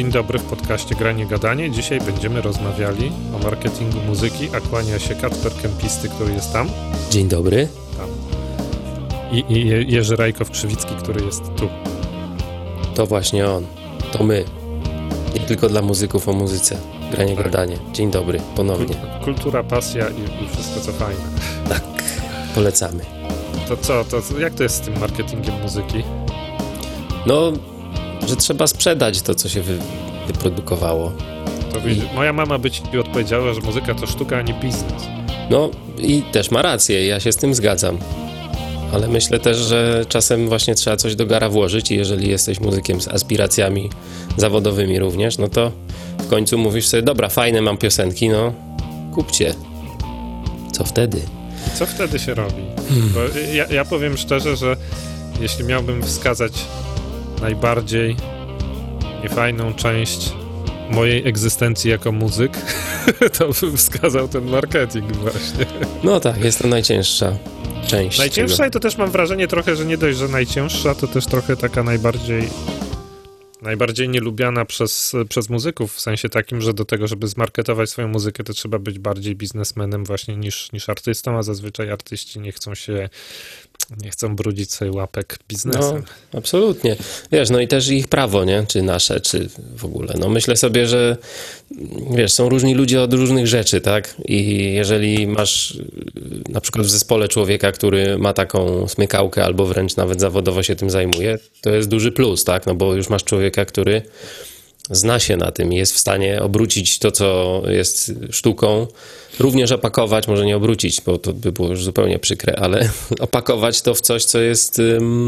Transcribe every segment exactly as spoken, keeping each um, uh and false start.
Dzień dobry w podcaście Granie Gadanie. Dzisiaj będziemy rozmawiali o marketingu muzyki, a kłania się Kacper Kępisty, który jest tam. Dzień dobry. Tam. I, i Jerzy Rajkow-Krzywicki, który jest tu. To właśnie on. To my. Nie tylko dla muzyków o muzyce. Granie tak. Gadanie. Dzień dobry. Ponownie. Kultura, pasja i, i wszystko, co fajne. Tak. Polecamy. To co? To jak to jest z tym marketingiem muzyki? No, że trzeba sprzedać to, co się wy, wyprodukowało. To I... Moja mama by ci odpowiedziała, że muzyka to sztuka, a nie biznes. No i też ma rację. Ja się z tym zgadzam. Ale myślę też, że czasem właśnie trzeba coś do gara włożyć i jeżeli jesteś muzykiem z aspiracjami zawodowymi również, no to w końcu mówisz sobie, dobra, fajne mam piosenki, no kupcie. Co wtedy? Co wtedy się robi? Bo ja, ja powiem szczerze, że jeśli miałbym wskazać najbardziej niefajną część mojej egzystencji jako muzyk, to bym wskazał ten marketing właśnie. No tak, jest to najcięższa część. Najcięższa czego... i to też mam wrażenie trochę, że nie dość, że najcięższa, to też trochę taka najbardziej najbardziej nielubiana przez, przez muzyków, w sensie takim, że do tego, żeby zmarketować swoją muzykę, to trzeba być bardziej biznesmenem właśnie niż, niż artystą, a zazwyczaj artyści nie chcą się nie chcą brudzić sobie łapek biznesem. No, absolutnie. Wiesz, no i też ich prawo, nie? Czy nasze, czy w ogóle. No myślę sobie, że wiesz, są różni ludzie od różnych rzeczy, tak? I jeżeli masz na przykład w zespole człowieka, który ma taką smykałkę albo wręcz nawet zawodowo się tym zajmuje, to jest duży plus, tak? No bo już masz człowieka, który zna się na tym i jest w stanie obrócić to, co jest sztuką, również opakować, może nie obrócić, bo to by było już zupełnie przykre, ale opakować to w coś, co jest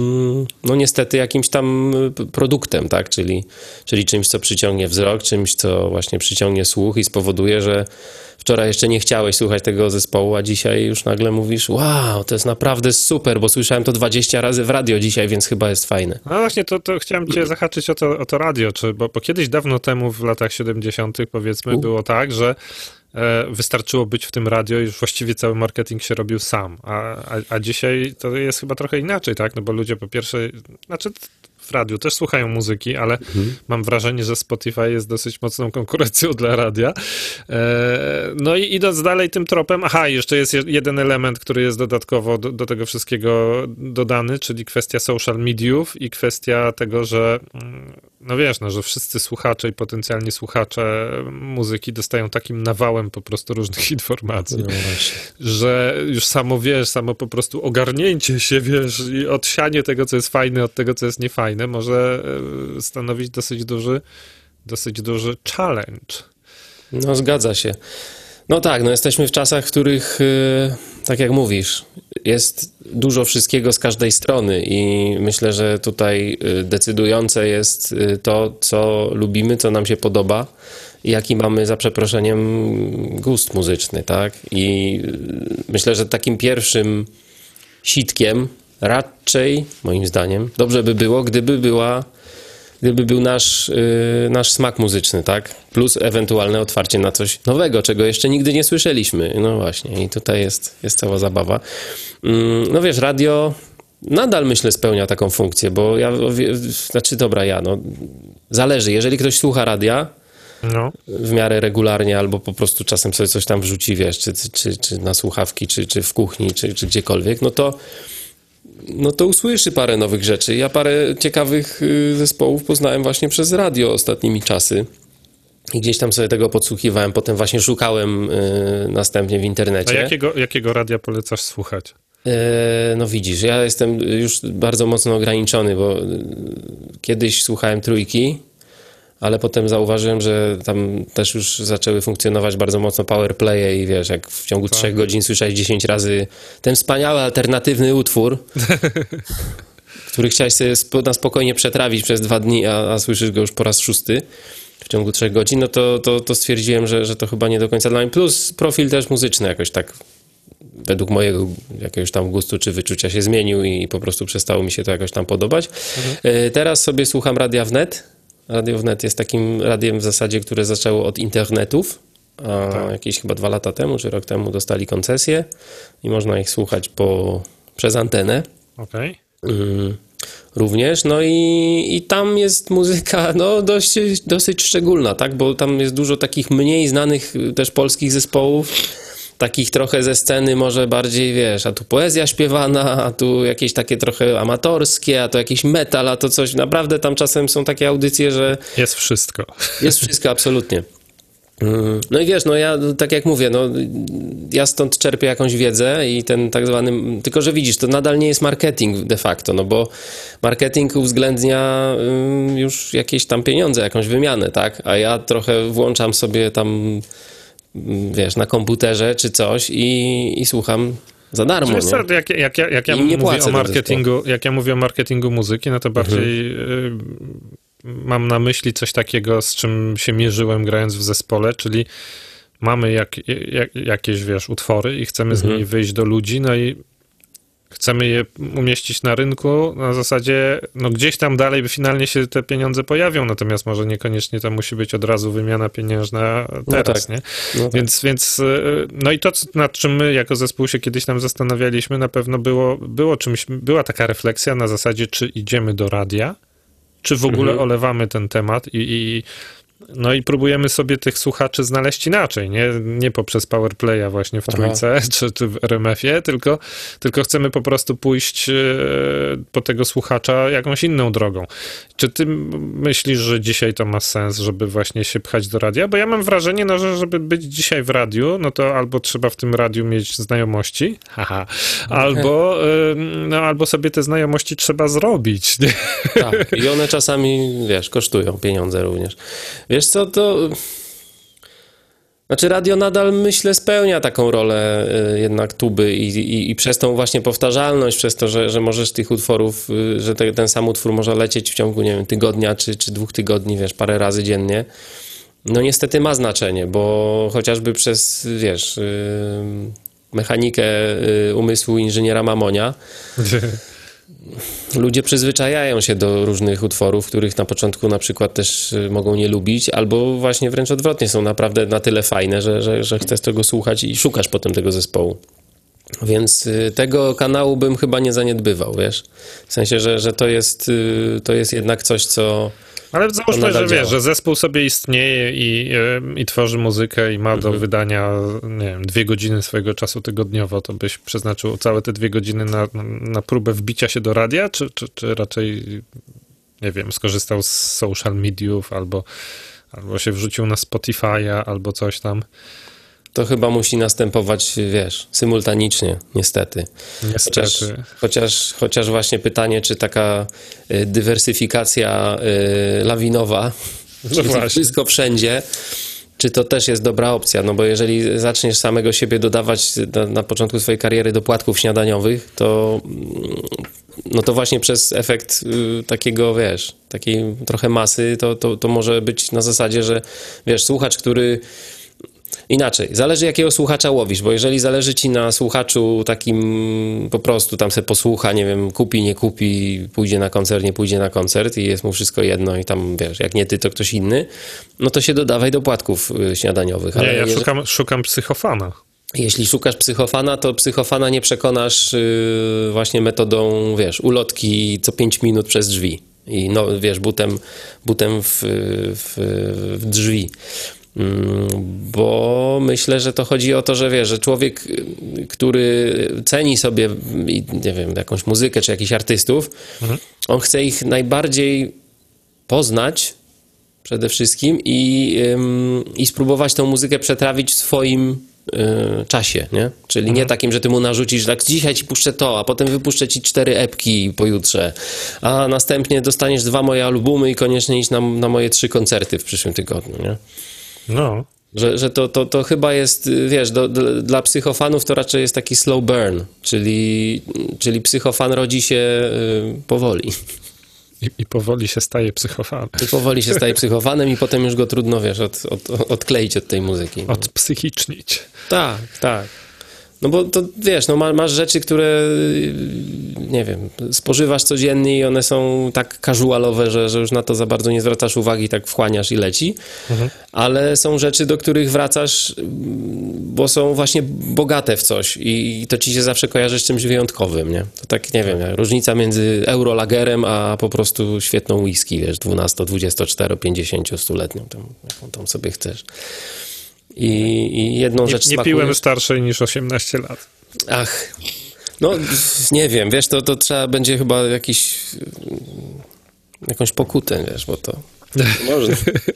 no niestety jakimś tam produktem, tak, czyli, czyli czymś, co przyciągnie wzrok, czymś, co właśnie przyciągnie słuch i spowoduje, że wczoraj jeszcze nie chciałeś słuchać tego zespołu, a dzisiaj już nagle mówisz, wow, to jest naprawdę super, bo słyszałem to dwadzieścia razy w radio dzisiaj, więc chyba jest fajne. No właśnie, to, to chciałem cię zahaczyć o to, o to radio, czy, bo, bo kiedyś dawno temu, w latach siedemdziesiątych powiedzmy, U. było tak, że e, wystarczyło być w tym radio i już właściwie cały marketing się robił sam, a, a, a dzisiaj to jest chyba trochę inaczej, tak, no bo ludzie po pierwsze, znaczy w radiu też słuchają muzyki, ale mhm. mam wrażenie, że Spotify jest dosyć mocną konkurencją dla radia. E, no i idąc dalej tym tropem, aha, jeszcze jest jeden element, który jest dodatkowo do, do tego wszystkiego dodany, czyli kwestia social mediów i kwestia tego, że no wiesz, no, że wszyscy słuchacze i potencjalni słuchacze muzyki dostają takim nawałem po prostu różnych informacji, no że już samo, wiesz, samo po prostu ogarnięcie się, wiesz, i odsianie tego, co jest fajne od tego, co jest niefajne, może stanowić dosyć duży, dosyć duży challenge. No zgadza się. No tak, no jesteśmy w czasach, w których, yy, tak jak mówisz, jest dużo wszystkiego z każdej strony i myślę, że tutaj decydujące jest to, co lubimy, co nam się podoba i jaki mamy, za przeproszeniem, gust muzyczny, tak? I myślę, że takim pierwszym sitkiem raczej, moim zdaniem, dobrze by było, gdyby była, gdyby był nasz, yy, nasz smak muzyczny, tak? Plus ewentualne otwarcie na coś nowego, czego jeszcze nigdy nie słyszeliśmy. No właśnie, i tutaj jest, jest cała zabawa. Yy, no wiesz, radio nadal, myślę, spełnia taką funkcję, bo ja, wie, znaczy dobra, ja, no, zależy, jeżeli ktoś słucha radia, no. w miarę regularnie, albo po prostu czasem sobie coś tam wrzuci, wiesz, czy, czy, czy na słuchawki, czy, czy w kuchni, czy, czy gdziekolwiek, no to no to usłyszy parę nowych rzeczy. Ja parę ciekawych zespołów poznałem właśnie przez radio ostatnimi czasy i gdzieś tam sobie tego podsłuchiwałem, potem właśnie szukałem y, następnie w internecie. A jakiego, jakiego radia polecasz słuchać? E, no widzisz, ja jestem już bardzo mocno ograniczony, bo kiedyś słuchałem Trójki, ale potem zauważyłem, że tam też już zaczęły funkcjonować bardzo mocno powerplaye i wiesz, jak w ciągu tak. trzech godzin słyszałeś dziesięć razy ten wspaniały, alternatywny utwór, który chciałeś sobie na spokojnie przetrawić przez dwa dni, a, a słyszysz go już po raz szósty w ciągu trzech godzin, no to, to, to stwierdziłem, że, że to chyba nie do końca dla mnie. Plus profil też muzyczny jakoś tak według mojego jakiegoś tam gustu czy wyczucia się zmienił i po prostu przestało mi się to jakoś tam podobać. Mhm. Teraz sobie słucham Radia Wnet. Radio Wnet jest takim radiem w zasadzie, które zaczęło od internetów, a tak. jakieś chyba dwa lata temu, czy rok temu dostali koncesję i można ich słuchać po, przez antenę. Okej. Okay. również, no i, i tam jest muzyka no dość, dosyć szczególna, tak, bo tam jest dużo takich mniej znanych też polskich zespołów, takich trochę ze sceny może bardziej, wiesz, a tu poezja śpiewana, a tu jakieś takie trochę amatorskie, a to jakiś metal, a to coś, naprawdę tam czasem są takie audycje, że... Jest wszystko. Jest wszystko, absolutnie. No i wiesz, no ja tak jak mówię, no ja stąd czerpię jakąś wiedzę i ten tak zwany, tylko że widzisz, to nadal nie jest marketing de facto, no bo marketing uwzględnia już jakieś tam pieniądze, jakąś wymianę, tak, a ja trochę włączam sobie tam, wiesz, na komputerze czy coś i, i słucham za darmo, Wiesz nie? co, jak, jak, jak, jak ja I nie mówię płacę o do marketingu, jak ja mówię o marketingu muzyki, no to bardziej mhm. y, mam na myśli coś takiego, z czym się mierzyłem grając w zespole, czyli mamy jak, jak, jakieś, wiesz, utwory i chcemy mhm. z nimi wyjść do ludzi, no i chcemy je umieścić na rynku, na zasadzie, no gdzieś tam dalej finalnie się te pieniądze pojawią, natomiast może niekoniecznie to musi być od razu wymiana pieniężna teraz, no tak. nie? No więc, tak. więc, no i to, nad czym my jako zespół się kiedyś tam zastanawialiśmy, na pewno było, było czymś, była taka refleksja na zasadzie, czy idziemy do radia, czy w ogóle mhm. olewamy ten temat i, i no i próbujemy sobie tych słuchaczy znaleźć inaczej, nie, nie poprzez Powerplaya właśnie w Trójce czy, czy w R M F-ie, tylko, tylko chcemy po prostu pójść e, po tego słuchacza jakąś inną drogą. Czy ty myślisz, że dzisiaj to ma sens, żeby właśnie się pchać do radia? Bo ja mam wrażenie, no, że żeby być dzisiaj w radiu, no to albo trzeba w tym radiu mieć znajomości, haha, albo, e, no, albo sobie te znajomości trzeba zrobić. Nie? Tak, i one czasami, wiesz, kosztują pieniądze również. Wiesz co, to... Znaczy radio nadal, myślę, spełnia taką rolę y, jednak tuby i, i, i przez tą właśnie powtarzalność, przez to, że, że możesz tych utworów, y, że te, ten sam utwór może lecieć w ciągu, nie wiem, tygodnia czy, czy dwóch tygodni, wiesz, parę razy dziennie, no niestety ma znaczenie, bo chociażby przez, wiesz, y, mechanikę y, umysłu inżyniera Mamonia ludzie przyzwyczajają się do różnych utworów, których na początku na przykład też mogą nie lubić, albo właśnie wręcz odwrotnie, są naprawdę na tyle fajne, że, że, że chcesz tego słuchać i szukasz potem tego zespołu. Więc tego kanału bym chyba nie zaniedbywał, wiesz? W sensie, że, że to jest, to jest jednak coś, co... Ale załóżmy, że wiesz, że zespół sobie istnieje i, i tworzy muzykę i ma do mhm. wydania, nie wiem, dwie godziny swojego czasu tygodniowo, to byś przeznaczył całe te dwie godziny na, na próbę wbicia się do radia, czy, czy, czy raczej, nie wiem, skorzystał z social mediów albo, albo się wrzucił na Spotify'a albo coś tam? To chyba musi następować, wiesz, symultanicznie, niestety. Niestety. Chociaż, chociaż, chociaż właśnie pytanie, czy taka y, dywersyfikacja y, lawinowa, no czyli właśnie. Wszystko wszędzie, czy to też jest dobra opcja? No bo jeżeli zaczniesz samego siebie dodawać na, na początku swojej kariery do płatków śniadaniowych, to no to właśnie przez efekt y, takiego, wiesz, takiej trochę masy, to, to, to może być na zasadzie, że wiesz, słuchacz, który inaczej, zależy jakiego słuchacza łowisz, bo jeżeli zależy ci na słuchaczu takim po prostu tam se posłucha, nie wiem, kupi, nie kupi, pójdzie na koncert, nie pójdzie na koncert i jest mu wszystko jedno i tam, wiesz, jak nie ty, to ktoś inny, no to się dodawaj do płatków śniadaniowych. Ale nie, ja jeżeli... szukam, szukam psychofana. Jeśli szukasz psychofana, to psychofana nie przekonasz yy, właśnie metodą, wiesz, ulotki co pięć minut przez drzwi i no, wiesz, butem, butem w, w, w drzwi. Bo myślę, że to chodzi o to, że wiesz, że człowiek, który ceni sobie, nie wiem, jakąś muzykę czy jakichś artystów, mhm. on chce ich najbardziej poznać przede wszystkim i, i spróbować tą muzykę przetrawić w swoim czasie, nie? Czyli mhm. nie takim, że ty mu narzucisz, tak dzisiaj ci puszczę to, a potem wypuszczę ci cztery epki pojutrze, a następnie dostaniesz dwa moje albumy i koniecznie idź na, na moje trzy koncerty w przyszłym tygodniu, nie? No. Że, że to, to, to chyba jest, wiesz, do, do, dla psychofanów to raczej jest taki slow burn, czyli, czyli psychofan rodzi się y, powoli. I, I powoli się staje psychofanem. I powoli się staje psychofanem i potem już go trudno, wiesz, od, od, odkleić od tej muzyki. Odpsychicznić. Tak, tak. No bo to, wiesz, no masz rzeczy, które, nie wiem, spożywasz codziennie i one są tak casualowe, że, że już na to za bardzo nie zwracasz uwagi, tak wchłaniasz i leci, mhm. ale są rzeczy, do których wracasz, bo są właśnie bogate w coś i to ci się zawsze kojarzy z czymś wyjątkowym, nie? To tak, nie wiem, różnica między eurolagerem, a po prostu świetną whisky, wiesz, dwunasto, dwudziesto cztero, pięćdziesięciu, stuletnią, tam, jaką tam sobie chcesz. I, i jedną nie, rzecz nie smakuje... piłem starszej niż osiemnaście lat. Ach, no nie wiem, wiesz, to, to trzeba będzie chyba jakiś, jakąś pokutę, wiesz, bo to może,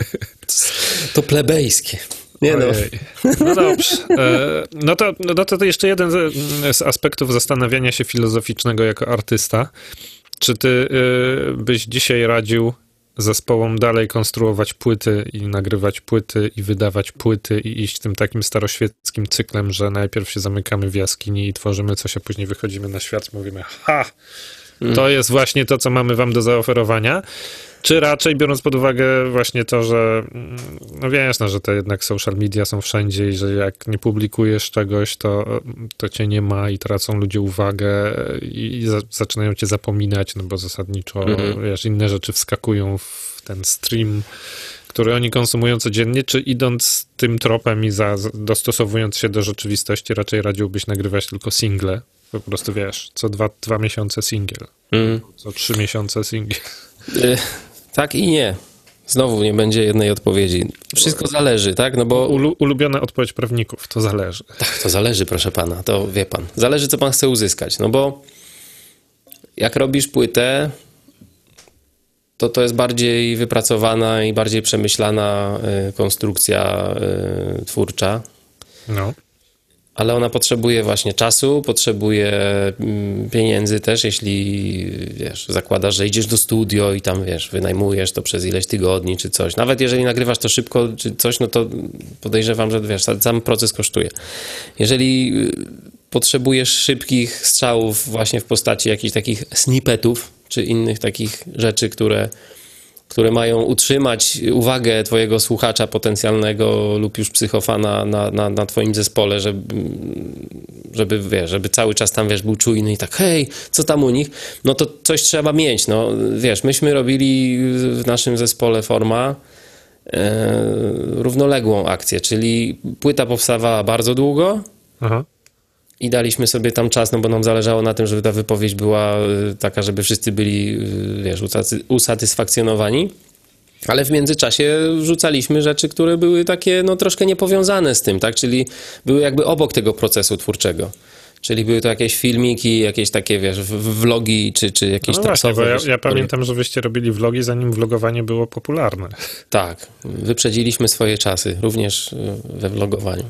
to plebejskie. Nie no. No dobrze. No to, no to jeszcze jeden z aspektów zastanawiania się filozoficznego jako artysta. Czy ty byś dzisiaj radził zespołom dalej konstruować płyty i nagrywać płyty i wydawać płyty i iść tym takim staroświeckim cyklem, że najpierw się zamykamy w jaskini i tworzymy coś, a później wychodzimy na świat i mówimy, ha, to jest właśnie to, co mamy wam do zaoferowania? Czy raczej, biorąc pod uwagę właśnie to, że no wiesz, no, że te jednak social media są wszędzie i że jak nie publikujesz czegoś, to, to cię nie ma i tracą ludzie uwagę i, i za, zaczynają cię zapominać, no bo zasadniczo, mm-hmm. wiesz, inne rzeczy wskakują w ten stream, który oni konsumują codziennie, czy idąc tym tropem i za, dostosowując się do rzeczywistości, raczej radziłbyś nagrywać tylko single? Po prostu wiesz, co dwa, dwa miesiące singiel, mm. co trzy miesiące singiel. Tak i nie. Znowu nie będzie jednej odpowiedzi. Wszystko zależy, tak? No bo... Ulu, ulubiona odpowiedź prawników, to zależy. Tak, to zależy, proszę pana, to wie pan. Zależy, co pan chce uzyskać, no bo jak robisz płytę, to to jest bardziej wypracowana i bardziej przemyślana y, konstrukcja y, twórcza. No. Ale ona potrzebuje właśnie czasu, potrzebuje pieniędzy też, jeśli, wiesz, zakładasz, że idziesz do studio i tam, wiesz, wynajmujesz to przez ileś tygodni czy coś. Nawet jeżeli nagrywasz to szybko czy coś, no to podejrzewam, że, wiesz, sam proces kosztuje. Jeżeli potrzebujesz szybkich strzałów właśnie w postaci jakichś takich snippetów czy innych takich rzeczy, które które mają utrzymać uwagę twojego słuchacza potencjalnego lub już psychofana na, na, na twoim zespole, żeby, żeby, wiesz, żeby cały czas tam, wiesz, był czujny i tak, hej, co tam u nich? No to coś trzeba mieć, no, wiesz, myśmy robili w naszym zespole Forma e, równoległą akcję, czyli płyta powstawała bardzo długo. Aha. I daliśmy sobie tam czas, no bo nam zależało na tym, żeby ta wypowiedź była taka, żeby wszyscy byli, wiesz, usatysfakcjonowani. Ale w międzyczasie rzucaliśmy rzeczy, które były takie, no troszkę niepowiązane z tym, tak? Czyli były jakby obok tego procesu twórczego. Czyli były to jakieś filmiki, jakieś takie, wiesz, vlogi, czy, czy jakieś no właśnie, bo ja, ja pamiętam, że wyście robili vlogi, zanim vlogowanie było popularne. Tak, wyprzedziliśmy swoje czasy, również we vlogowaniu.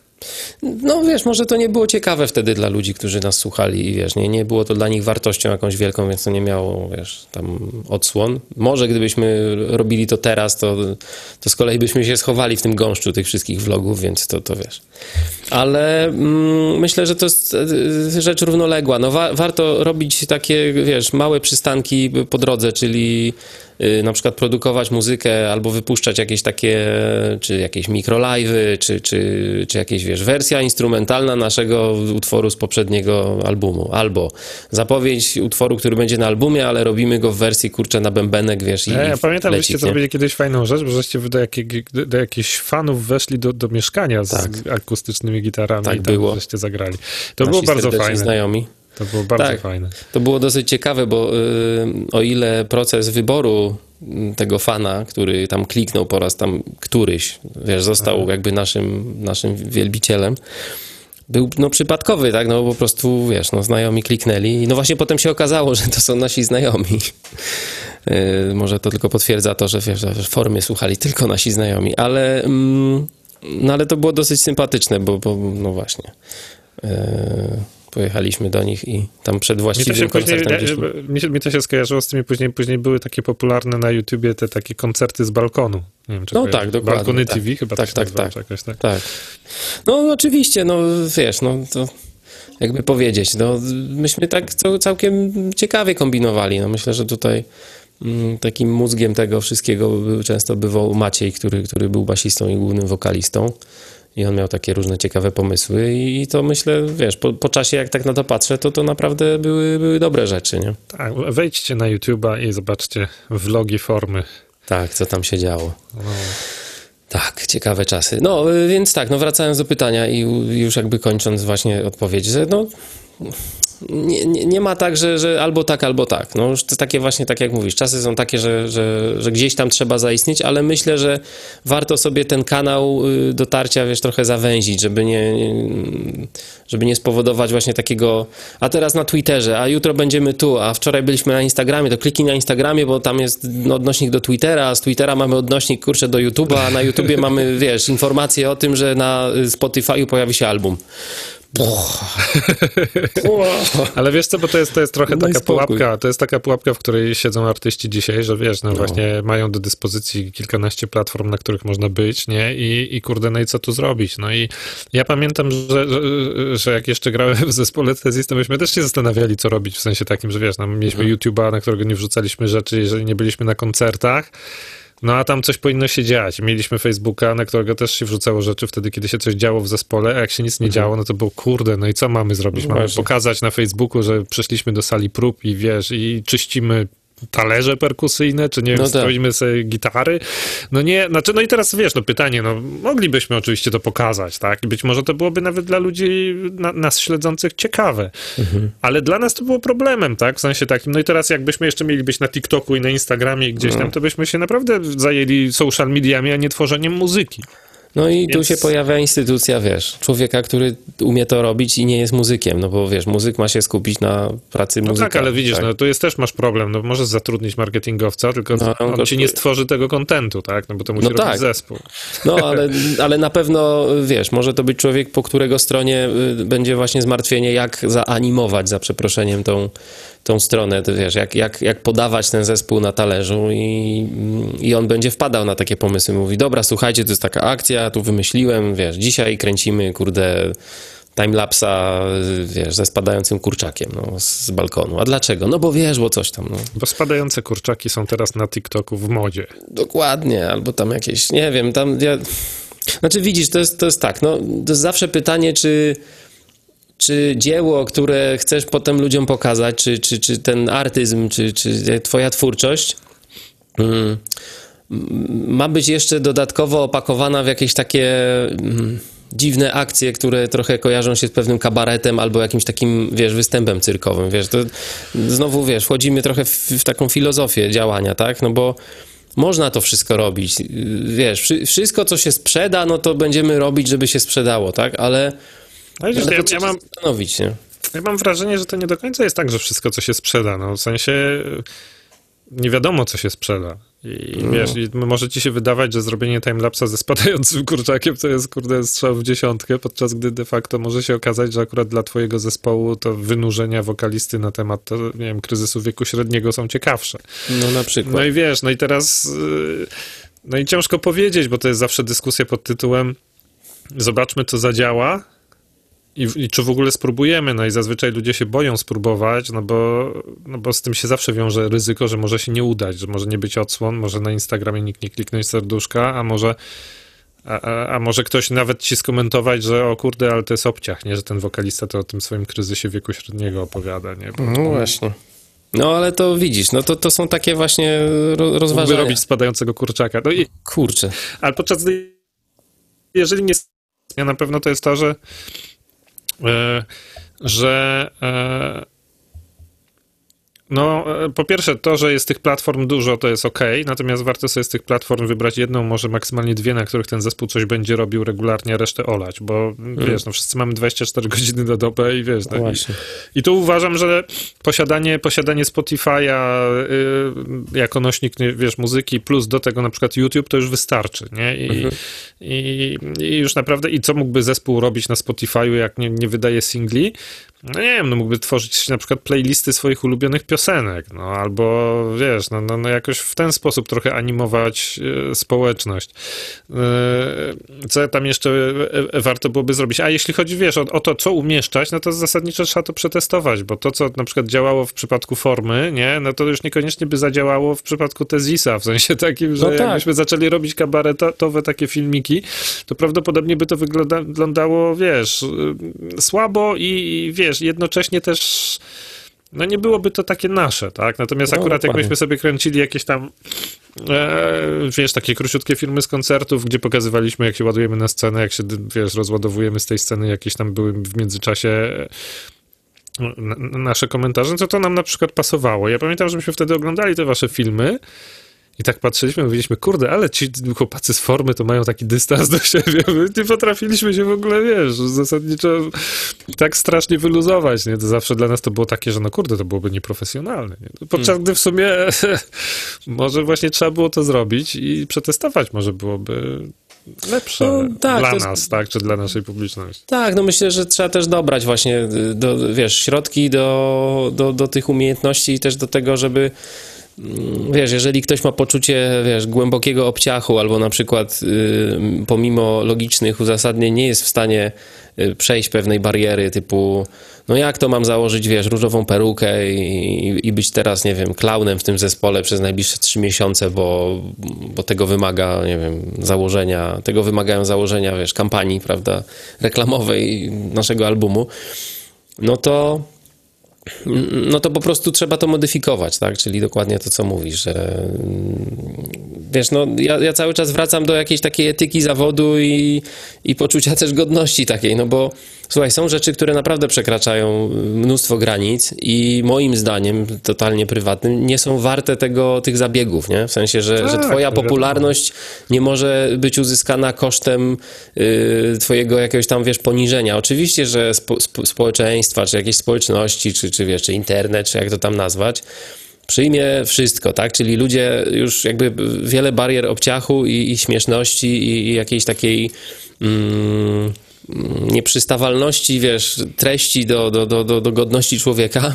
No wiesz, może to nie było ciekawe wtedy dla ludzi, którzy nas słuchali i wiesz, nie, nie było to dla nich wartością jakąś wielką, więc to nie miało, wiesz, tam odsłon. Może gdybyśmy robili to teraz, to, to z kolei byśmy się schowali w tym gąszczu tych wszystkich vlogów, więc to, to wiesz. Ale mm, myślę, że to jest rzecz równoległa. No wa- warto robić takie, wiesz, małe przystanki po drodze, czyli na przykład produkować muzykę albo wypuszczać jakieś takie, czy jakieś mikrolive'y, czy, czy, czy jakieś, wiesz, wersja instrumentalna naszego utworu z poprzedniego albumu. Albo zapowiedź utworu, który będzie na albumie, ale robimy go w wersji, kurczę, na bębenek, wiesz, i Ja, ja pamiętam, leci, żeście zrobili kiedyś fajną rzecz, bo żeście wy do, jakiej, do, do jakichś fanów weszli do, do mieszkania z tak. akustycznymi gitarami tak i tam było. żeście zagrali. To Nasi było bardzo fajne. znajomi. To było bardzo tak, fajne. To było dosyć ciekawe, bo yy, o ile proces wyboru tego fana, który tam kliknął po raz tam któryś, wiesz, został Aha. jakby naszym, naszym wielbicielem, był no przypadkowy, tak, no po prostu, wiesz, no znajomi kliknęli i no właśnie potem się okazało, że to są nasi znajomi. Yy, może to tylko potwierdza to, że wiesz, że w Formie słuchali tylko nasi znajomi, ale, mm, no ale to było dosyć sympatyczne, bo, bo no właśnie... Yy, pojechaliśmy do nich i tam przed właściwym koncertem później, mi, mi to się skojarzyło z tymi, później, później były takie popularne na YouTubie te takie koncerty z balkonu. Nie wiem, czy no tak, dokładnie. Balkony tak. T V chyba tak, to tak, nazywa, tak, jakoś, tak. tak. No oczywiście, no wiesz, no to jakby powiedzieć, no myśmy tak całkiem ciekawie kombinowali. No myślę, że tutaj mm, takim mózgiem tego wszystkiego często bywał Maciej, który, który był basistą i głównym wokalistą. i on miał takie różne ciekawe pomysły i to myślę, wiesz, po, po czasie jak tak na to patrzę, to to naprawdę były, były dobre rzeczy, nie? Tak, wejdźcie na YouTube'a i zobaczcie vlogi Formy. Tak, co tam się działo. No. Tak, ciekawe czasy. No, więc tak, no wracając do pytania i już jakby kończąc właśnie odpowiedź, że no nie, nie, nie ma tak, że, że albo tak, albo tak. No już to takie właśnie, tak jak mówisz, czasy są takie, że, że, że gdzieś tam trzeba zaistnieć, ale myślę, że warto sobie ten kanał dotarcia, wiesz, trochę zawęzić, żeby nie, żeby nie spowodować właśnie takiego, a teraz na Twitterze, a jutro będziemy tu, a wczoraj byliśmy na Instagramie, to kliknij na Instagramie, bo tam jest odnośnik do Twittera, a z Twittera mamy odnośnik, kurczę, do YouTube'a, a na YouTubie mamy, wiesz, informacje o tym, że na Spotify'u pojawi się album. Ale wiesz co, bo to jest, to jest trochę Daj taka spokój. pułapka, to jest taka pułapka, w której siedzą artyści dzisiaj, że wiesz, no, no. właśnie mają do dyspozycji kilkanaście platform, na których można być, nie? I, i kurde, no i co tu zrobić? No i ja pamiętam, że, że, że jak jeszcze grałem w zespole Tezis, to myśmy też się zastanawiali, co robić, w sensie takim, że wiesz, no, mieliśmy mhm. YouTube'a, na którego nie wrzucaliśmy rzeczy, jeżeli nie byliśmy na koncertach. No a tam coś powinno się dziać. Mieliśmy Facebooka, na którego też się wrzucało rzeczy wtedy, kiedy się coś działo w zespole, a jak się nic nie działo, no to było kurde, no i co mamy zrobić? Mamy Właśnie. pokazać na Facebooku, że przyszliśmy do sali prób i wiesz, i czyścimy talerze perkusyjne, czy nie wiem, No tak. stroimy sobie gitary. No nie, znaczy, no i teraz wiesz, no pytanie, no moglibyśmy oczywiście to pokazać, tak? I być może to byłoby nawet dla ludzi na, nas śledzących ciekawe. Mhm. Ale dla nas to było problemem, tak? W sensie takim, no i teraz jakbyśmy jeszcze mieli być na TikToku i na Instagramie i gdzieś no. tam, to byśmy się naprawdę zajęli social mediami, a nie tworzeniem muzyki. No i Więc... tu się pojawia instytucja, wiesz, człowieka, który umie to robić i nie jest muzykiem, no bo wiesz, muzyk ma się skupić na pracy no muzyka. tak, ale widzisz, tak? no tu jest też masz problem, no możesz zatrudnić marketingowca, tylko no, on, on ci nie stworzy tego kontentu, tak? No bo to musi no robić tak. zespół. No, ale, ale na pewno, wiesz, może to być człowiek, po którego stronie będzie właśnie zmartwienie, jak zaanimować, za przeproszeniem, tą, tą stronę, to wiesz, jak, jak, jak podawać ten zespół na talerzu i, i on będzie wpadał na takie pomysły. Mówi, dobra, słuchajcie, to jest taka akcja, tu wymyśliłem, wiesz, dzisiaj kręcimy, kurde, timelapsa, wiesz, ze spadającym kurczakiem, no, z balkonu. A dlaczego? No bo wiesz, bo coś tam, no. Bo spadające kurczaki są teraz na TikToku w modzie. Dokładnie, albo tam jakieś, nie wiem, tam ja... Znaczy widzisz, to jest, to jest tak, no, to jest zawsze pytanie, czy czy dzieło, które chcesz potem ludziom pokazać, czy, czy, czy ten artyzm, czy, czy twoja twórczość mm, ma być jeszcze dodatkowo opakowana w jakieś takie mm, dziwne akcje, które trochę kojarzą się z pewnym kabaretem albo jakimś takim, wiesz, występem cyrkowym, wiesz, to znowu, wiesz, wchodzimy trochę w, w taką filozofię działania, tak, no bo można to wszystko robić, wiesz, wszy, wszystko, co się sprzeda, no to będziemy robić, żeby się sprzedało, tak, ale no widzisz, ale ja, to ja, mam, zastanowić, nie? ja mam wrażenie, że to nie do końca jest tak, że wszystko, co się sprzeda, no w sensie nie wiadomo, co się sprzeda. I no. wiesz, i może ci się wydawać, że zrobienie timelapsa ze spadającym kurczakiem to jest, kurde, strzał w dziesiątkę, podczas gdy de facto może się okazać, że akurat dla twojego zespołu to wynurzenia wokalisty na temat, to, nie wiem, kryzysu wieku średniego są ciekawsze. No na przykład. No i wiesz, no i teraz no i ciężko powiedzieć, bo to jest zawsze dyskusja pod tytułem zobaczmy, co zadziała i, i czy w ogóle spróbujemy. No i zazwyczaj ludzie się boją spróbować, no bo, no bo z tym się zawsze wiąże ryzyko, że może się nie udać, że może nie być odsłon, może na Instagramie nikt nie kliknąć serduszka, a może a, a, a może ktoś nawet ci skomentować, że o kurde, ale to jest obciach, nie? Że ten wokalista to o tym swoim kryzysie wieku średniego opowiada, nie? Bo, no właśnie. No ale to widzisz, no to, to są takie właśnie ro, rozważania. Mógłby robić spadającego kurczaka. No i, kurczę. Ale podczas gdy, jeżeli nie na pewno to jest to, że e, że e, no, po pierwsze to, że jest tych platform dużo, to jest okej, natomiast warto sobie z tych platform wybrać jedną, może maksymalnie dwie, na których ten zespół coś będzie robił regularnie, a resztę olać, bo hmm. wiesz, no wszyscy mamy dwadzieścia cztery godziny na dobę i wiesz, no, Właśnie. I, i tu uważam, że posiadanie, posiadanie Spotify'a y, jako nośnik, wiesz, muzyki plus do tego na przykład YouTube, to już wystarczy, nie? I, mhm. i, i już naprawdę, i co mógłby zespół robić na Spotify'u, jak nie, nie wydaje singli? no nie wiem, no mógłby tworzyć na przykład playlisty swoich ulubionych piosenek, no albo wiesz, no, no, no jakoś w ten sposób trochę animować e, społeczność. E, co tam jeszcze e, e, warto byłoby zrobić? A jeśli chodzi, wiesz, o, o to, co umieszczać, no to zasadniczo trzeba to przetestować, bo to, co na przykład działało w przypadku Formy, nie, no to już niekoniecznie by zadziałało w przypadku Tezisa, w sensie takim, że No tak. jakbyśmy zaczęli robić kabaretowe takie filmiki, to prawdopodobnie by to wygląda, wyglądało, wiesz, y, słabo i, i wiesz, jednocześnie też no nie byłoby to takie nasze, tak? Natomiast No, akurat dokładnie. jak myśmy sobie kręcili jakieś tam e, wiesz, takie króciutkie filmy z koncertów, gdzie pokazywaliśmy, jak się ładujemy na scenę, jak się, wiesz, rozładowujemy z tej sceny, jakieś tam były w międzyczasie e, n- nasze komentarze, to to nam na przykład pasowało. Ja pamiętam, że myśmy wtedy oglądali te wasze filmy i tak patrzyliśmy, mówiliśmy, kurde, ale ci chłopacy z Formy to mają taki dystans do siebie. My nie potrafiliśmy się w ogóle, wiesz, zasadniczo tak strasznie wyluzować, nie? To zawsze dla nas to było takie, że no kurde, to byłoby nieprofesjonalne. Nie? Podczas Hmm. gdy w sumie może właśnie trzeba było to zrobić i przetestować, może byłoby lepsze No, tak, dla to jest- nas, tak, czy dla naszej publiczności. Tak, no myślę, że trzeba też dobrać właśnie, do, wiesz, środki do, do, do tych umiejętności i też do tego, żeby, mm, wiesz, jeżeli ktoś ma poczucie, wiesz, głębokiego obciachu albo na przykład y, pomimo logicznych uzasadnień nie jest w stanie y, przejść pewnej bariery typu, no jak to mam założyć, wiesz, różową perukę i, i być teraz, nie wiem, klaunem w tym zespole przez najbliższe trzy miesiące, bo, bo tego wymaga, nie wiem, założenia, tego wymagają założenia, wiesz, kampanii, prawda, reklamowej naszego albumu, no to no to po prostu trzeba to modyfikować, tak? Czyli dokładnie to, co mówisz, że wiesz, no ja, ja cały czas wracam do jakiejś takiej etyki zawodu i, i poczucia też godności takiej, no bo słuchaj, są rzeczy, które naprawdę przekraczają mnóstwo granic i moim zdaniem, totalnie prywatnym, nie są warte tego, tych zabiegów, nie? W sensie, że, Tak, że twoja to wiadomo. popularność nie może być uzyskana kosztem y, twojego jakiegoś tam, wiesz, poniżenia. Oczywiście, że spo, spo, społeczeństwa, czy jakieś społeczności, czy, czy wiesz, czy internet, czy jak to tam nazwać, przyjmie wszystko, tak? Czyli ludzie już jakby wiele barier obciachu i, i śmieszności i, i jakiejś takiej mm, nieprzystawalności, wiesz, treści do, do, do, do, do godności człowieka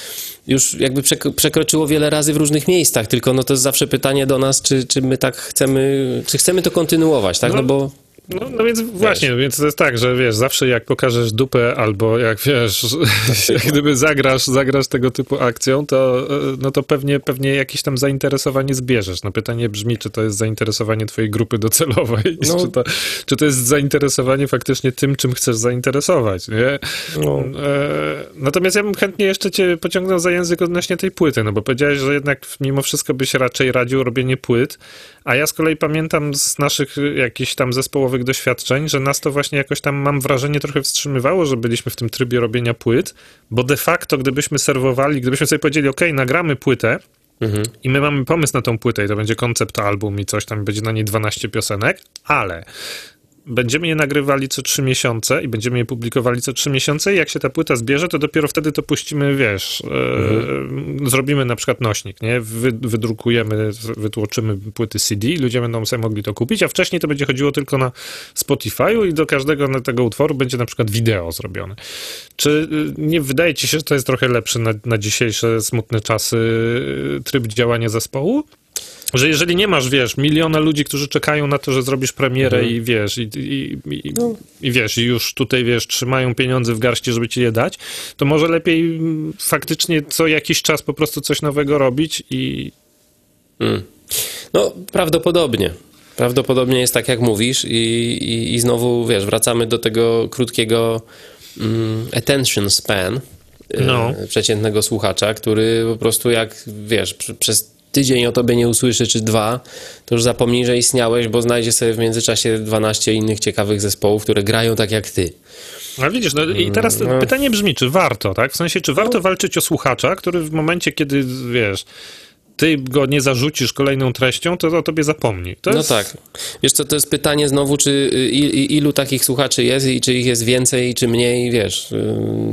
już jakby przek- przekroczyło wiele razy w różnych miejscach, tylko no to jest zawsze pytanie do nas, czy, czy my tak chcemy, czy chcemy to kontynuować, tak? No, No, bo No, no więc właśnie, więc to jest tak, że wiesz, zawsze jak pokażesz dupę albo jak wiesz, jak gdyby zagrasz, zagrasz tego typu akcją, to, no to pewnie, pewnie jakieś tam zainteresowanie zbierzesz. No pytanie brzmi, czy to jest zainteresowanie twojej grupy docelowej, No. czy, to, czy to jest zainteresowanie faktycznie tym, czym chcesz zainteresować, nie? no, E, natomiast ja bym chętnie jeszcze cię pociągnął za język odnośnie tej płyty, no bo powiedziałeś, że jednak mimo wszystko byś raczej radził robienie płyt, a ja z kolei pamiętam z naszych jakichś tam zespołowych doświadczeń, że nas to właśnie jakoś tam, mam wrażenie, trochę wstrzymywało, że byliśmy w tym trybie robienia płyt, bo de facto gdybyśmy serwowali, gdybyśmy sobie powiedzieli, okej, nagramy płytę, mhm. i my mamy pomysł na tą płytę i to będzie koncept album i coś tam, będzie na niej dwanaście piosenek, ale będziemy je nagrywali co trzy miesiące i będziemy je publikowali co trzy miesiące i jak się ta płyta zbierze, to dopiero wtedy to puścimy, wiesz, mhm. e, zrobimy na przykład nośnik, nie? Wy, wydrukujemy, wytłoczymy płyty C D i ludzie będą sobie mogli to kupić, a wcześniej to będzie chodziło tylko na Spotify'u i do każdego tego utworu będzie na przykład wideo zrobione. Czy nie wydaje ci się, że to jest trochę lepszy na, na dzisiejsze smutne czasy tryb działania zespołu? Że jeżeli nie masz, wiesz, miliona ludzi, którzy czekają na to, że zrobisz premierę Mhm. i wiesz, i, i, i, No. i wiesz, i już tutaj, wiesz, trzymają pieniądze w garści, żeby ci je dać, to może lepiej mm, faktycznie co jakiś czas po prostu coś nowego robić i... Mm. No, prawdopodobnie. Prawdopodobnie jest tak, jak mówisz i, i, i znowu, wiesz, wracamy do tego krótkiego mm, attention span No. e, przeciętnego słuchacza, który po prostu jak, wiesz, pr- przez tydzień o tobie nie usłyszy, czy dwa, to już zapomnij, że istniałeś, bo znajdzie sobie w międzyczasie dwanaście innych ciekawych zespołów, które grają tak jak ty. A widzisz, no i teraz No. pytanie brzmi, czy warto, tak? W sensie, czy warto walczyć o słuchacza, który w momencie, kiedy, wiesz, ty go nie zarzucisz kolejną treścią, to o tobie zapomni. To No jest... tak. Wiesz co, to jest pytanie znowu, czy y, i, ilu takich słuchaczy jest i czy ich jest więcej, czy mniej, wiesz. Yy,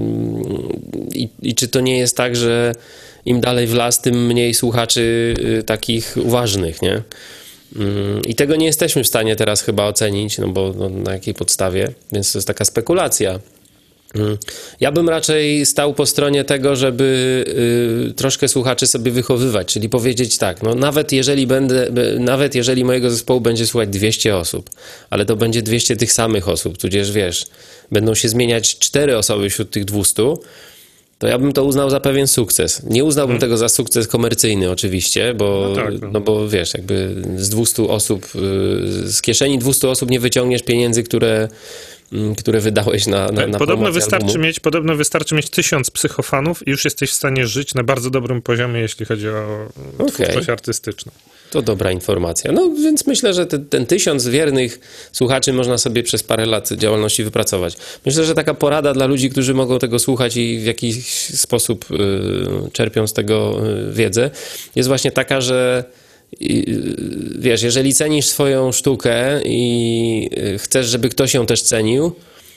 I, I czy to nie jest tak, że im dalej w las, tym mniej słuchaczy y, takich uważnych, nie? Yy, I tego nie jesteśmy w stanie teraz chyba ocenić, no bo no, na jakiej podstawie, więc to jest taka spekulacja. Ja bym raczej stał po stronie tego, żeby y, troszkę słuchaczy sobie wychowywać, czyli powiedzieć tak, no nawet jeżeli będę, nawet jeżeli mojego zespołu będzie słuchać dwieście osób, ale to będzie dwieście tych samych osób, tudzież wiesz, będą się zmieniać cztery osoby wśród tych dwustu, to ja bym to uznał za pewien sukces. Nie uznałbym hmm. tego za sukces komercyjny oczywiście, bo, no, tak, no. no bo wiesz, jakby z dwustu osób, z kieszeni dwustu osób nie wyciągniesz pieniędzy, które które wydałeś na, na, na podobno wystarczy albumu. mieć Podobno wystarczy mieć tysiąc psychofanów i już jesteś w stanie żyć na bardzo dobrym poziomie, jeśli chodzi o okay. twórczość artystyczną. To dobra informacja. No więc myślę, że ten, ten tysiąc wiernych słuchaczy można sobie przez parę lat działalności wypracować. Myślę, że taka porada dla ludzi, którzy mogą tego słuchać i w jakiś sposób y, czerpią z tego y, wiedzę, jest właśnie taka, że I, wiesz, jeżeli cenisz swoją sztukę i chcesz, żeby ktoś ją też cenił,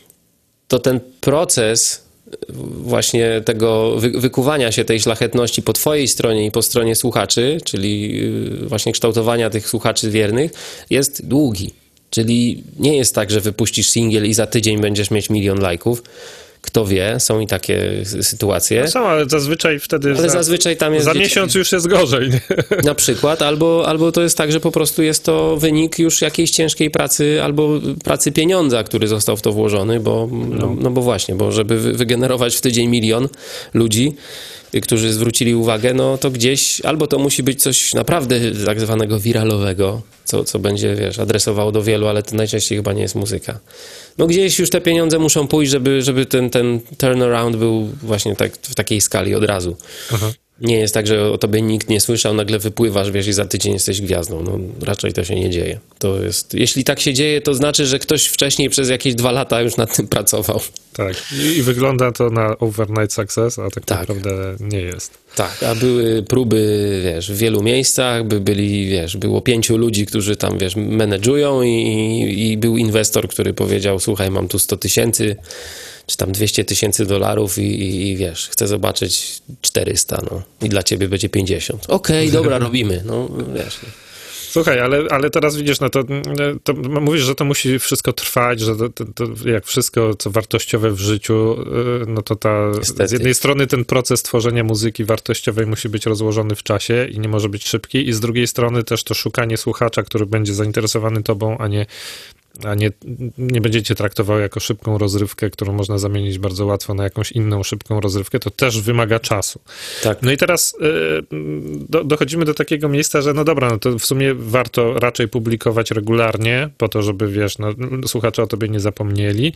to ten proces właśnie tego wy, wykuwania się tej szlachetności po twojej stronie i po stronie słuchaczy, czyli właśnie kształtowania tych słuchaczy wiernych, jest długi. Czyli nie jest tak, że wypuścisz singiel i za tydzień będziesz mieć milion lajków. Kto wie, są i takie sytuacje. No są, ale zazwyczaj wtedy ale za, zazwyczaj tam jest za miesiąc już jest gorzej. Nie? Na przykład, albo, albo to jest tak, że po prostu jest to wynik już jakiejś ciężkiej pracy, albo pracy pieniądza, który został w to włożony, bo, no, no bo właśnie, bo żeby wygenerować w tydzień milion ludzi, którzy zwrócili uwagę, no to gdzieś albo to musi być coś naprawdę tak zwanego wiralowego, co, co będzie, wiesz, adresowało do wielu, ale to najczęściej chyba nie jest muzyka. No gdzieś już te pieniądze muszą pójść, żeby, żeby ten, ten turnaround był właśnie tak, w takiej skali od razu. Aha. Nie jest tak, że o tobie nikt nie słyszał, nagle wypływasz, wiesz, i za tydzień jesteś gwiazdą. No raczej to się nie dzieje. To jest, jeśli tak się dzieje, to znaczy, że ktoś wcześniej przez jakieś dwa lata już nad tym pracował. Tak. I, i wygląda to na overnight success, a tak, tak naprawdę nie jest. Tak, a były próby, wiesz, w wielu miejscach, by byli, wiesz, było pięciu ludzi, którzy tam, wiesz, menedżują i, i był inwestor, który powiedział, słuchaj, mam tu sto tysięcy, czy tam dwieście tysięcy dolarów i, i, i wiesz, chcę zobaczyć czterysta, no. I dla ciebie będzie pięćdziesiąt. Okej, okay, dobra, robimy, no, wiesz. Słuchaj, ale, ale teraz widzisz, no to, to mówisz, że to musi wszystko trwać, że to, to, to jak wszystko, co wartościowe w życiu, no to ta, z jednej strony ten proces tworzenia muzyki wartościowej musi być rozłożony w czasie i nie może być szybki, i z drugiej strony też to szukanie słuchacza, który będzie zainteresowany tobą, a nie a nie, nie będziecie traktował jako szybką rozrywkę, którą można zamienić bardzo łatwo na jakąś inną szybką rozrywkę, to też wymaga czasu. Tak. No i teraz y, do, dochodzimy do takiego miejsca, że no dobra, no to w sumie warto raczej publikować regularnie, po to, żeby, wiesz, no, słuchacze o tobie nie zapomnieli.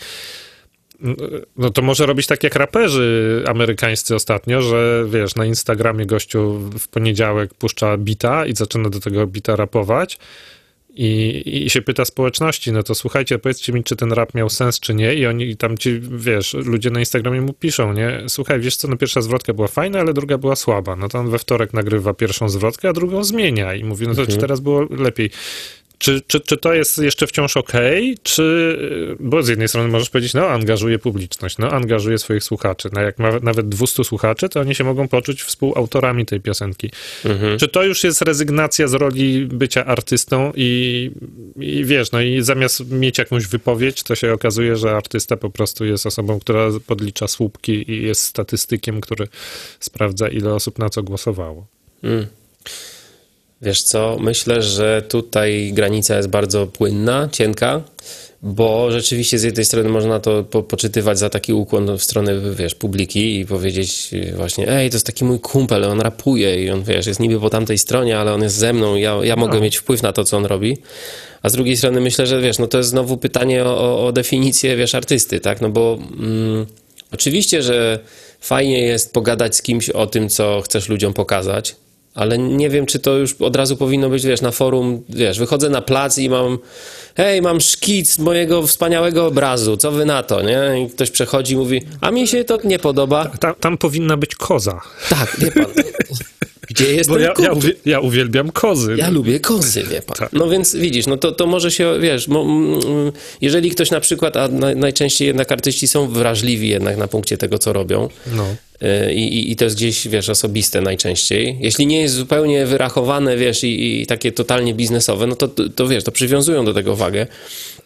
No to może robić tak jak raperzy amerykańscy ostatnio, że wiesz, na Instagramie gościu w poniedziałek puszcza bita i zaczyna do tego bita rapować. I, I się pyta społeczności, no to słuchajcie, powiedzcie mi, czy ten rap miał sens, czy nie, i oni tam ci, wiesz, ludzie na Instagramie mu piszą, nie, słuchaj, wiesz co, no pierwsza zwrotka była fajna, ale druga była słaba, no to on we wtorek nagrywa pierwszą zwrotkę, a drugą zmienia i mówi, no to mhm. czy teraz było lepiej. Czy, czy, czy to jest jeszcze wciąż okej, okay? Czy, bo z jednej strony możesz powiedzieć, no angażuje publiczność, no angażuje swoich słuchaczy, no jak ma nawet dwieście słuchaczy, to oni się mogą poczuć współautorami tej piosenki. Mhm. Czy to już jest rezygnacja z roli bycia artystą i, i wiesz, no i zamiast mieć jakąś wypowiedź, to się okazuje, że artysta po prostu jest osobą, która podlicza słupki i jest statystykiem, który sprawdza, ile osób na co głosowało. Mhm. Wiesz co, myślę, że tutaj granica jest bardzo płynna, cienka, bo rzeczywiście z jednej strony można to po, poczytywać za taki ukłon w stronę, wiesz, publiki i powiedzieć właśnie, ej, to jest taki mój kumpel, on rapuje i on, wiesz, jest niby po tamtej stronie, ale on jest ze mną i ja, ja mogę no. mieć wpływ na to, co on robi. A z drugiej strony myślę, że wiesz, no to jest znowu pytanie o, o definicję, wiesz, artysty, tak, no bo mm, oczywiście, że fajnie jest pogadać z kimś o tym, co chcesz ludziom pokazać, ale nie wiem, czy to już od razu powinno być, wiesz, na forum, wiesz, wychodzę na plac i mam, hej, mam szkic mojego wspaniałego obrazu, co wy na to, nie? I ktoś przechodzi i mówi, a mi się to nie podoba. Tam, tam powinna być koza. Tak, wie pan. Gdzie jest Bo ten ja, ja, uwie, ja uwielbiam kozy. Ja lubię kozy, wie pan. Tak. No więc widzisz, no to, to może się, wiesz, mo, jeżeli ktoś na przykład, a na, najczęściej jednak artyści są wrażliwi jednak na punkcie tego, co robią. No. I, i, I to jest gdzieś, wiesz, osobiste najczęściej. Jeśli nie jest zupełnie wyrachowane, wiesz, i, i takie totalnie biznesowe, no to, to, to wiesz, to przywiązują do tego wagę.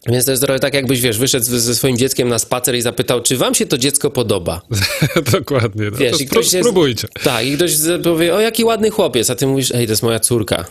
Więc to jest trochę tak, jakbyś, wiesz, wyszedł ze swoim dzieckiem na spacer i zapytał, czy wam się to dziecko podoba? Dokładnie. No Wiesz, to i ktoś się, spróbujcie. Tak, i ktoś powie, o jaki ładny chłopiec, a ty mówisz, ej, to jest moja córka.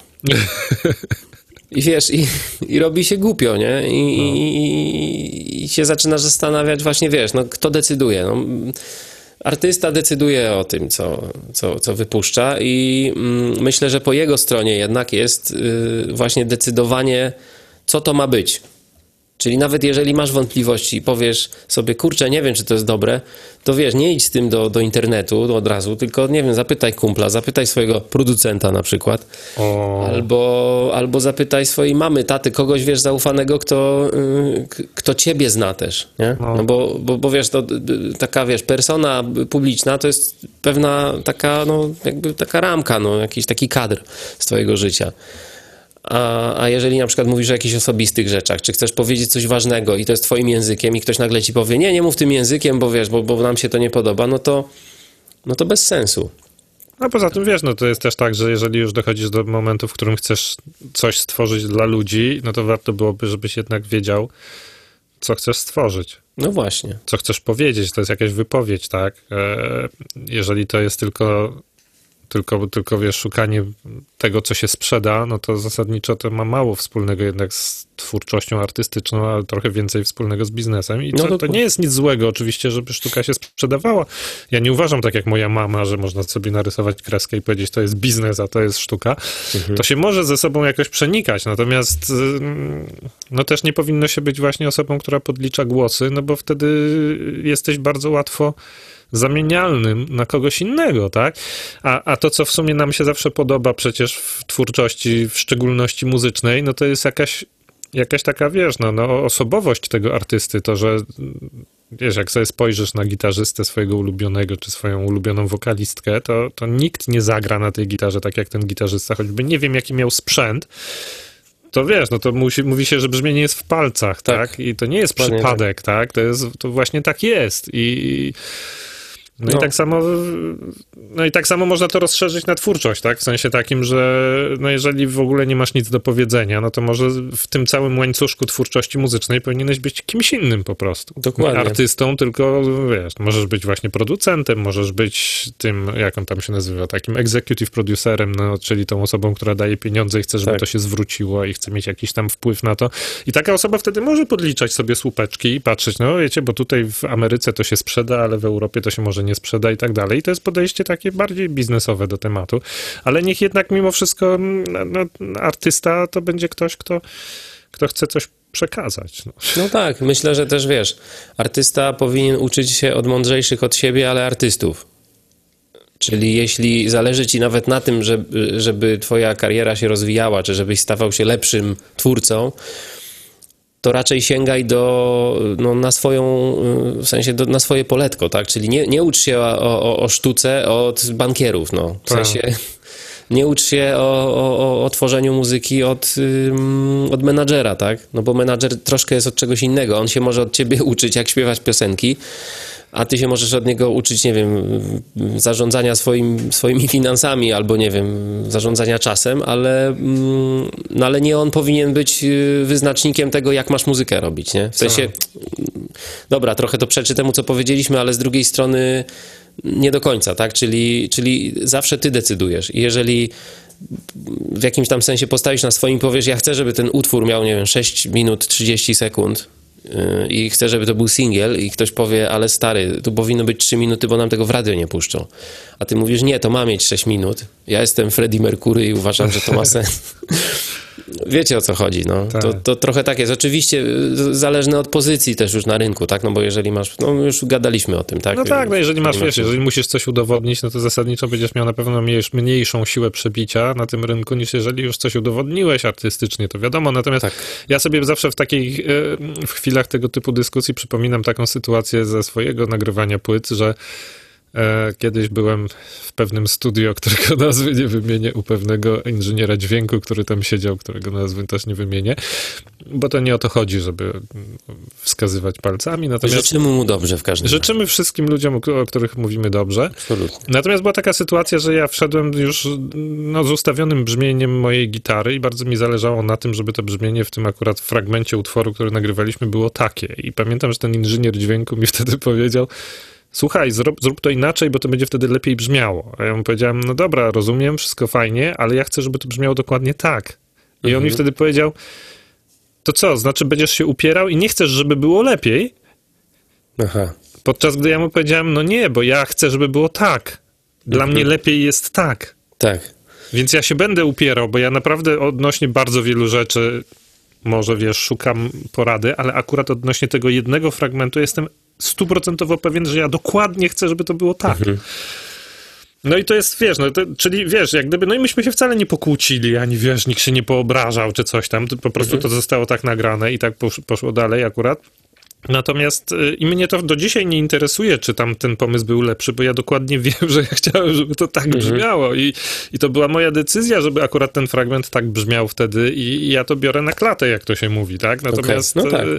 I wiesz, i, i robi się głupio, nie? I, no. i, i się zaczynasz zastanawiać właśnie, wiesz, no kto decyduje? No, artysta decyduje o tym, co, co, co wypuszcza i mm, myślę, że po jego stronie jednak jest y, właśnie decydowanie, co to ma być. Czyli nawet jeżeli masz wątpliwości i powiesz sobie, kurczę, nie wiem, czy to jest dobre, to wiesz, nie idź z tym do, do internetu od razu, tylko, nie wiem, zapytaj kumpla, zapytaj swojego producenta na przykład, o. albo, albo zapytaj swojej mamy, taty, kogoś, wiesz, zaufanego, kto, yy, kto ciebie zna też, nie? No, no bo, bo, bo, wiesz, to taka, wiesz, persona publiczna to jest pewna taka, no, jakby taka ramka, no, jakiś taki kadr z twojego życia. A, a jeżeli na przykład mówisz o jakichś osobistych rzeczach, czy chcesz powiedzieć coś ważnego i to jest twoim językiem i ktoś nagle ci powie, nie, nie mów tym językiem, bo wiesz, bo, bo nam się to nie podoba, no to, no to bez sensu. A poza tym, wiesz, no to jest też tak, że jeżeli już dochodzisz do momentu, w którym chcesz coś stworzyć dla ludzi, no to warto byłoby, żebyś jednak wiedział, co chcesz stworzyć. No właśnie. Co chcesz powiedzieć, to jest jakaś wypowiedź, tak? Jeżeli to jest tylko... Tylko, tylko wiesz, szukanie tego, co się sprzeda, no to zasadniczo to ma mało wspólnego jednak z twórczością artystyczną, ale trochę więcej wspólnego z biznesem. I no to, to, to nie jest nic złego oczywiście, żeby sztuka się sprzedawała. Ja nie uważam tak jak moja mama, że można sobie narysować kreskę i powiedzieć, to jest biznes, a to jest sztuka. Mhm. To się może ze sobą jakoś przenikać, natomiast no też nie powinno się być właśnie osobą, która podlicza głosy, no bo wtedy jesteś bardzo łatwo zamienialnym na kogoś innego, tak? A, a to, co w sumie nam się zawsze podoba przecież w twórczości, w szczególności muzycznej, no to jest jakaś, jakaś taka, wiesz, no, no osobowość tego artysty, to, że wiesz, jak sobie spojrzysz na gitarzystę swojego ulubionego, czy swoją ulubioną wokalistkę, to, to nikt nie zagra na tej gitarze tak jak ten gitarzysta, choćby nie wiem, jaki miał sprzęt, to wiesz, no to musi, mówi się, że brzmienie jest w palcach, tak? tak? I to nie jest Panie przypadek, tak? tak? To jest, to właśnie tak jest i... No, no, i tak samo, no i tak samo można to rozszerzyć na twórczość, tak? W sensie takim, że no jeżeli w ogóle nie masz nic do powiedzenia, no to może w tym całym łańcuszku twórczości muzycznej powinieneś być kimś innym po prostu. Dokładnie. Nie artystą, tylko wiesz, możesz być właśnie producentem, możesz być tym, jak on tam się nazywa, takim executive producerem, no, czyli tą osobą, która daje pieniądze i chce, żeby tak. to się zwróciło i chce mieć jakiś tam wpływ na to. I taka osoba wtedy może podliczać sobie słupeczki i patrzeć, no wiecie, bo tutaj w Ameryce to się sprzeda, ale w Europie to się może nie sprzeda i tak dalej. I to jest podejście takie bardziej biznesowe do tematu. Ale niech jednak mimo wszystko no, artysta to będzie ktoś, kto, kto chce coś przekazać. No. no tak, myślę, że też wiesz, artysta powinien uczyć się od mądrzejszych od siebie, ale artystów. Czyli jeśli zależy ci nawet na tym, żeby, żeby twoja kariera się rozwijała, czy żebyś stawał się lepszym twórcą, to raczej sięgaj do, no, na swoją, w sensie do, na swoje poletko, tak? Czyli nie, nie ucz się o, o, o sztuce od bankierów, no. W sensie nie ucz się o, o, o tworzeniu muzyki od, um, od menadżera, tak? No bo menadżer troszkę jest od czegoś innego. On się może od ciebie uczyć, jak śpiewać piosenki, a ty się możesz od niego uczyć, nie wiem, zarządzania swoim, swoimi finansami albo, nie wiem, zarządzania czasem, ale, no, ale nie on powinien być wyznacznikiem tego, jak masz muzykę robić, nie? W sensie, dobra, trochę to przeczy temu, co powiedzieliśmy, ale z drugiej strony nie do końca, tak? Czyli, czyli zawsze ty decydujesz i jeżeli w jakimś tam sensie postawisz na swoim, powiesz, ja chcę, żeby ten utwór miał, nie wiem, sześć minut trzydzieści sekund, i chcę, żeby to był singiel i ktoś powie, ale stary, tu powinno być trzy minuty, bo nam tego w radio nie puszczą. A ty mówisz, nie, to ma mieć sześć minut. Ja jestem Freddie Mercury i uważam, że to ma sens. Wiecie, o co chodzi, no. Tak. To, to trochę tak jest. Oczywiście zależne od pozycji też już na rynku, tak? No bo jeżeli masz, no już gadaliśmy o tym, tak? No tak, no jeżeli masz, wiesz, jeżeli musisz coś udowodnić, no to zasadniczo będziesz miał na pewno mniejszą siłę przebicia na tym rynku, niż jeżeli już coś udowodniłeś artystycznie, to wiadomo. Natomiast tak. ja sobie zawsze w takich, w chwilach tego typu dyskusji przypominam taką sytuację ze swojego nagrywania płyt, że E, kiedyś byłem w pewnym studio, którego nazwy nie wymienię, u pewnego inżyniera dźwięku, który tam siedział, którego nazwy też nie wymienię, bo to nie o to chodzi, żeby wskazywać palcami. Natomiast życzymy mu dobrze w każdym razie. Życzymy wszystkim ludziom, o których mówimy dobrze. Absolutnie. Natomiast była taka sytuacja, że ja wszedłem już no, z ustawionym brzmieniem mojej gitary i bardzo mi zależało na tym, żeby to brzmienie w tym akurat fragmencie utworu, który nagrywaliśmy, było takie. I pamiętam, że ten inżynier dźwięku mi wtedy powiedział: słuchaj, zrób, zrób to inaczej, bo to będzie wtedy lepiej brzmiało. A ja mu powiedziałem: no dobra, rozumiem, wszystko fajnie, ale ja chcę, żeby to brzmiało dokładnie tak. I mhm. on mi wtedy powiedział: to co, znaczy będziesz się upierał i nie chcesz, żeby było lepiej? Aha. Podczas gdy ja mu powiedziałem: no nie, bo ja chcę, żeby było tak. Dla mhm. mnie lepiej jest tak. Tak. Więc ja się będę upierał, bo ja naprawdę odnośnie bardzo wielu rzeczy, może wiesz, szukam porady, ale akurat odnośnie tego jednego fragmentu jestem stuprocentowo pewien, że ja dokładnie chcę, żeby to było tak. Mhm. No i to jest, wiesz, no to, czyli wiesz, jak gdyby, no i myśmy się wcale nie pokłócili, ani wiesz, nikt się nie poobrażał, czy coś tam, to po prostu mhm. to zostało tak nagrane i tak posz, poszło dalej akurat. Natomiast y, i mnie to do dzisiaj nie interesuje, czy tam ten pomysł był lepszy, bo ja dokładnie wiem, że ja chciałem, żeby to tak brzmiało i, i to była moja decyzja, żeby akurat ten fragment tak brzmiał wtedy i, i ja to biorę na klatę, jak to się mówi, tak? Natomiast, okay. no tak.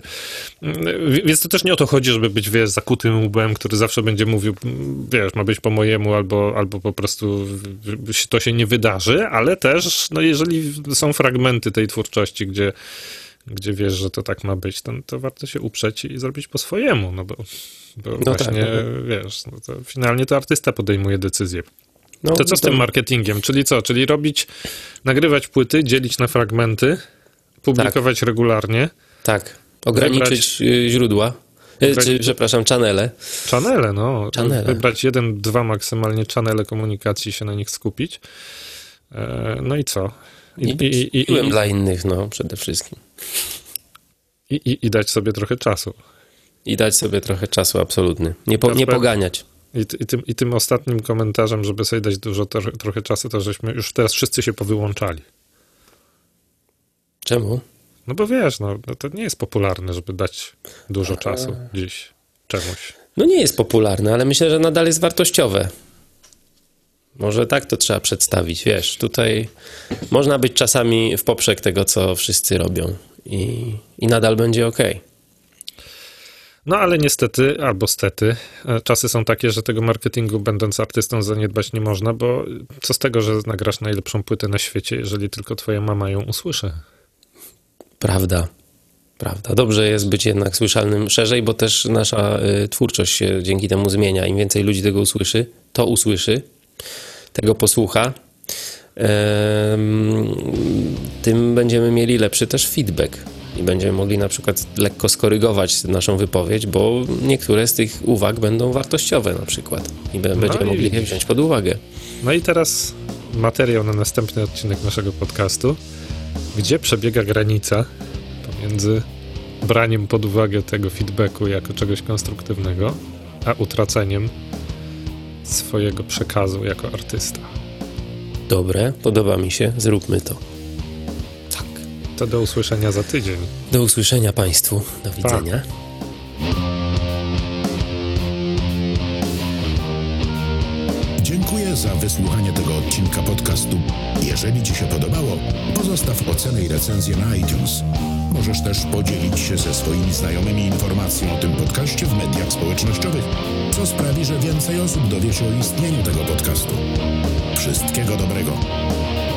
y, więc to też nie o to chodzi, żeby być, wiesz, zakutym łbem, który zawsze będzie mówił, wiesz, ma być po mojemu, albo, albo po prostu to się nie wydarzy, ale też, no jeżeli są fragmenty tej twórczości, gdzie gdzie wiesz, że to tak ma być, to, to warto się uprzeć i zrobić po swojemu, no bo, bo no właśnie, tak, no. wiesz, no to finalnie to artysta podejmuje decyzję. No, to co z to... tym marketingiem? Czyli co? Czyli robić, nagrywać płyty, dzielić na fragmenty, publikować tak. regularnie. Tak, ograniczyć wybrać... źródła, wybrać... czy, przepraszam, channele. Channele, no. Channele. Wybrać jeden, dwa maksymalnie channele komunikacji, się na nich skupić. No i co? I, I być i, i, i, dla innych, no, przede wszystkim. I, i, I dać sobie trochę czasu. I dać sobie trochę czasu, absolutnie. Nie, po, nie poganiać. I, i, tym, I tym ostatnim komentarzem, żeby sobie dać dużo, to, trochę czasu, to żeśmy już teraz wszyscy się powyłączali. Czemu? No bo wiesz, no, no to nie jest popularne, żeby dać dużo A... czasu dziś czemuś. No nie jest popularne, ale myślę, że nadal jest wartościowe. Może tak to trzeba przedstawić, wiesz, tutaj można być czasami w poprzek tego, co wszyscy robią i, i nadal będzie okej. Okay. No ale niestety, albo stety, czasy są takie, że tego marketingu będąc artystą zaniedbać nie można, bo co z tego, że nagrasz najlepszą płytę na świecie, jeżeli tylko twoja mama ją usłyszy? Prawda, prawda. Dobrze jest być jednak słyszalnym szerzej, bo też nasza y, twórczość się dzięki temu zmienia. Im więcej ludzi tego usłyszy, to usłyszy, tego posłucha, tym będziemy mieli lepszy też feedback i będziemy mogli na przykład lekko skorygować naszą wypowiedź, bo niektóre z tych uwag będą wartościowe na przykład i będziemy no i... mogli je wziąć pod uwagę. No i teraz materiał na następny odcinek naszego podcastu, gdzie przebiega granica pomiędzy braniem pod uwagę tego feedbacku jako czegoś konstruktywnego, a utraceniem swojego przekazu jako artysta. Dobre, podoba mi się, zróbmy to. Tak. To do usłyszenia za tydzień. Do usłyszenia Państwu, do widzenia. Dziękuję za wysłuchanie tego odcinka podcastu. Jeżeli Ci się podobało, pozostaw ocenę i recenzję na iTunes. Możesz też podzielić się ze swoimi znajomymi informacją o tym podcaście w mediach społecznościowych, co sprawi, że więcej osób dowie się o istnieniu tego podcastu. Wszystkiego dobrego.